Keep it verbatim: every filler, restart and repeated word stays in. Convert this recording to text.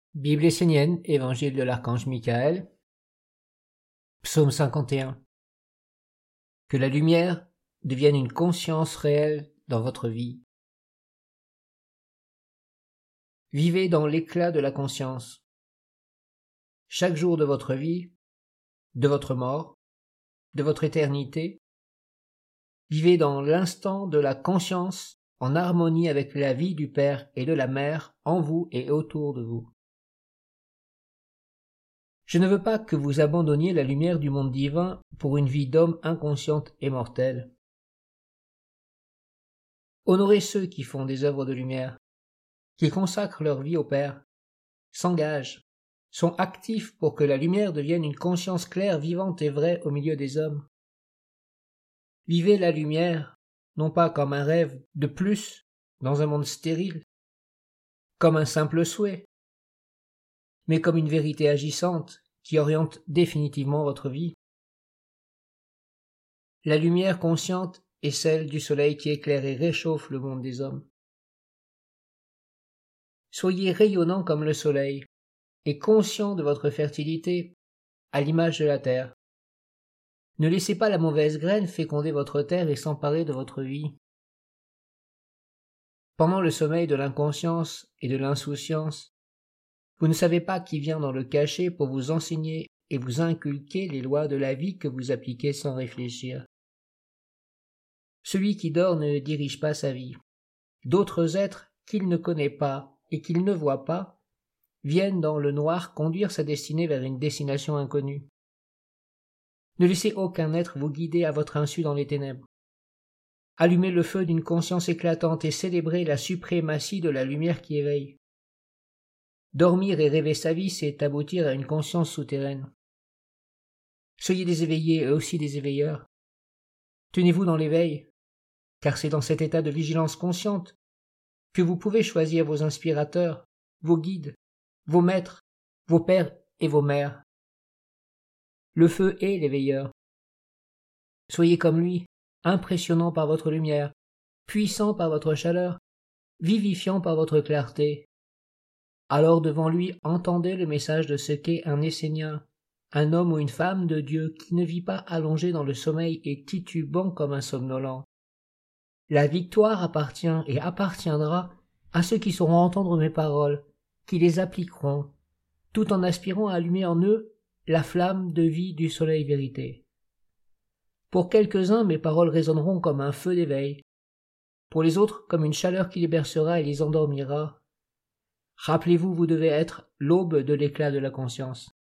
Bible essénienne, Évangile de l'archange Michael, Psaume cinquante et un. Que la lumière devienne une conscience réelle dans votre vie. Vivez dans l'éclat de la conscience. Chaque jour de votre vie, de votre mort, de votre éternité, vivez dans l'instant de la conscience en harmonie avec la vie du Père et de la Mère en vous et autour de vous. Je ne veux pas que vous abandonniez la lumière du monde divin pour une vie d'homme inconsciente et mortelle. Honorez ceux qui font des œuvres de lumière, qui consacrent leur vie au Père, s'engagent, sont actifs pour que la lumière devienne une conscience claire, vivante et vraie au milieu des hommes. Vivez la lumière, non pas comme un rêve de plus dans un monde stérile, comme un simple souhait, mais comme une vérité agissante qui oriente définitivement votre vie. La lumière consciente est celle du soleil qui éclaire et réchauffe le monde des hommes. Soyez rayonnant comme le soleil et conscient de votre fertilité à l'image de la terre. Ne laissez pas la mauvaise graine féconder votre terre et s'emparer de votre vie. Pendant le sommeil de l'inconscience et de l'insouciance, vous ne savez pas qui vient dans le cachet pour vous enseigner et vous inculquer les lois de la vie que vous appliquez sans réfléchir. Celui qui dort ne dirige pas sa vie. D'autres êtres qu'il ne connaît pas et qu'il ne voit pas viennent dans le noir conduire sa destinée vers une destination inconnue. Ne laissez aucun être vous guider à votre insu dans les ténèbres. Allumez le feu d'une conscience éclatante et célébrez la suprématie de la lumière qui éveille. Dormir et rêver sa vie, c'est aboutir à une conscience souterraine. Soyez des éveillés et aussi des éveilleurs. Tenez-vous dans l'éveil, car c'est dans cet état de vigilance consciente que vous pouvez choisir vos inspirateurs, vos guides, vos maîtres, vos pères et vos mères. Le feu est l'éveilleur. Soyez comme lui, impressionnant par votre lumière, puissant par votre chaleur, vivifiant par votre clarté. Alors devant lui, entendez le message de ce qu'est un Essénien, un homme ou une femme de Dieu qui ne vit pas allongé dans le sommeil et titubant comme un somnolent. La victoire appartient et appartiendra à ceux qui sauront entendre mes paroles, qui les appliqueront, tout en aspirant à allumer en eux la flamme de vie du soleil vérité. Pour quelques-uns, mes paroles résonneront comme un feu d'éveil, pour les autres comme une chaleur qui les bercera et les endormira. Rappelez-vous, vous devez être l'aube de l'éclat de la conscience.